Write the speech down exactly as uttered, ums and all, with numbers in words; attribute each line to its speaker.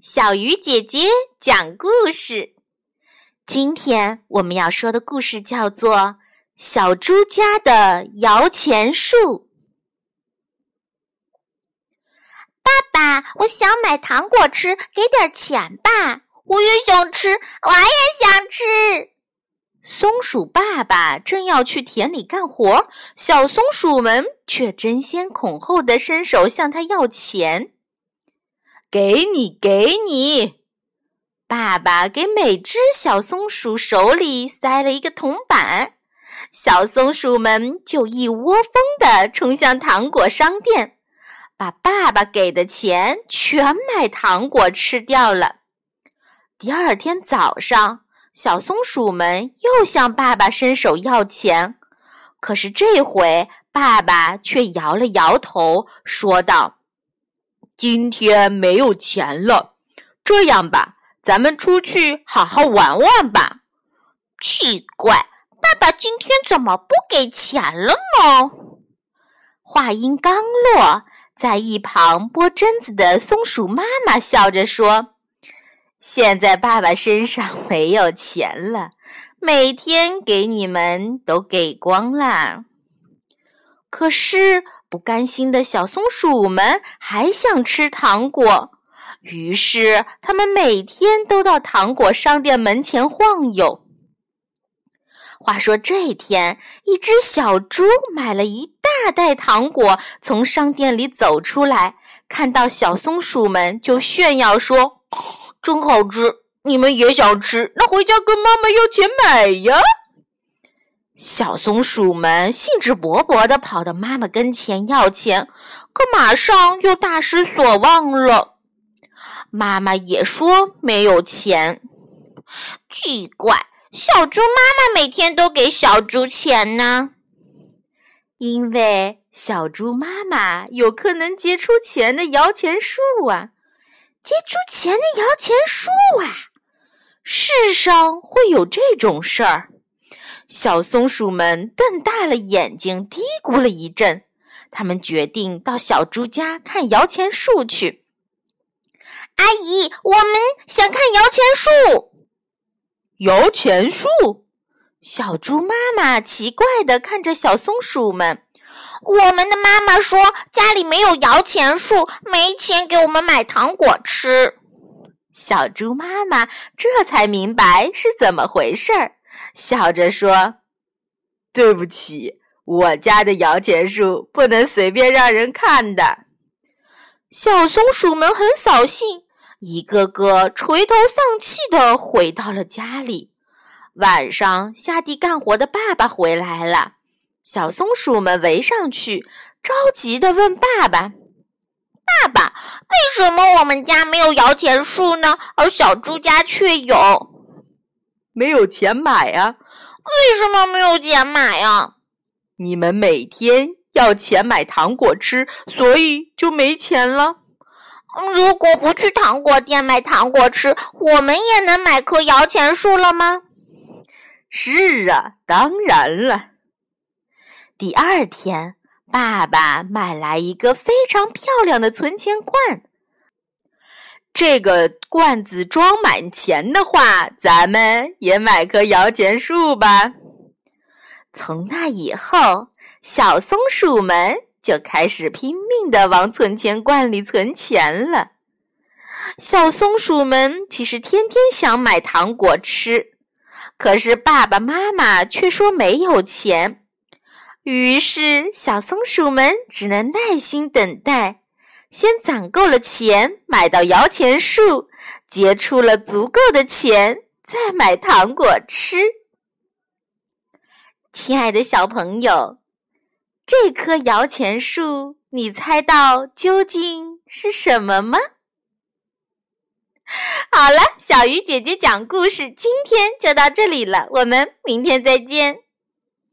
Speaker 1: 小鱼姐姐讲故事。今天我们要说的故事叫做《小猪家的摇钱树》。
Speaker 2: 爸爸，我想买糖果吃，给点钱吧。我也想吃，我也想吃。
Speaker 1: 松鼠爸爸正要去田里干活，小松鼠们却争先恐后地伸手向他要钱。给你，给你！爸爸给每只小松鼠手里塞了一个铜板，小松鼠们就一窝蜂地冲向糖果商店，把爸爸给的钱全买糖果吃掉了。第二天早上，小松鼠们又向爸爸伸手要钱，可是这回爸爸却摇了摇头，说道：今天没有钱了，这样吧，咱们出去好好玩玩吧。
Speaker 2: 奇怪，爸爸今天怎么不给钱了呢？
Speaker 1: 话音刚落，在一旁拨针子的松鼠妈妈笑着说：现在爸爸身上没有钱了，每天给你们都给光了。可是不甘心的小松鼠们还想吃糖果，于是他们每天都到糖果商店门前晃悠。话说这天，一只小猪买了一大袋糖果，从商店里走出来，看到小松鼠们就炫耀说：真好吃，你们也想吃，那回家跟妈妈要钱买呀。小松鼠们兴致勃勃地跑到妈妈跟前要钱，可马上又大失所望了。妈妈也说没有钱。
Speaker 2: 奇怪，小猪妈妈每天都给小猪钱呢。
Speaker 1: 因为小猪妈妈有棵能结出钱的摇钱树啊。
Speaker 2: 结出钱的摇钱树啊！
Speaker 1: 世上会有这种事儿。小松鼠们瞪大了眼睛，嘀咕了一阵，他们决定到小猪家看摇钱树去。
Speaker 2: 阿姨，我们想看摇钱树。
Speaker 1: 摇钱树？小猪妈妈奇怪地看着小松鼠们。
Speaker 2: 我们的妈妈说家里没有摇钱树，没钱给我们买糖果吃。
Speaker 1: 小猪妈妈这才明白是怎么回事儿，笑着说：对不起，我家的摇钱树不能随便让人看的。小松鼠们很扫兴，一个个垂头丧气地回到了家里。晚上下地干活的爸爸回来了，小松鼠们围上去，着急地问爸爸：
Speaker 2: 爸爸，为什么我们家没有摇钱树呢，而小猪家却有？
Speaker 1: 没有钱买啊。
Speaker 2: 为什么没有钱买啊？
Speaker 1: 你们每天要钱买糖果吃，所以就没钱了。
Speaker 2: 如果不去糖果店买糖果吃，我们也能买棵摇钱树了吗？
Speaker 1: 是啊，当然了。第二天，爸爸买来一个非常漂亮的存钱罐。这个罐子装满钱的话，咱们也买棵摇钱树吧。从那以后，小松鼠们就开始拼命地往存钱罐里存钱了。小松鼠们其实天天想买糖果吃，可是爸爸妈妈却说没有钱。于是小松鼠们只能耐心等待，先攒够了钱，买到摇钱树，结出了足够的钱，再买糖果吃。亲爱的小朋友，这棵摇钱树，你猜到究竟是什么吗？好了，小鱼姐姐讲故事今天就到这里了，我们明天再见。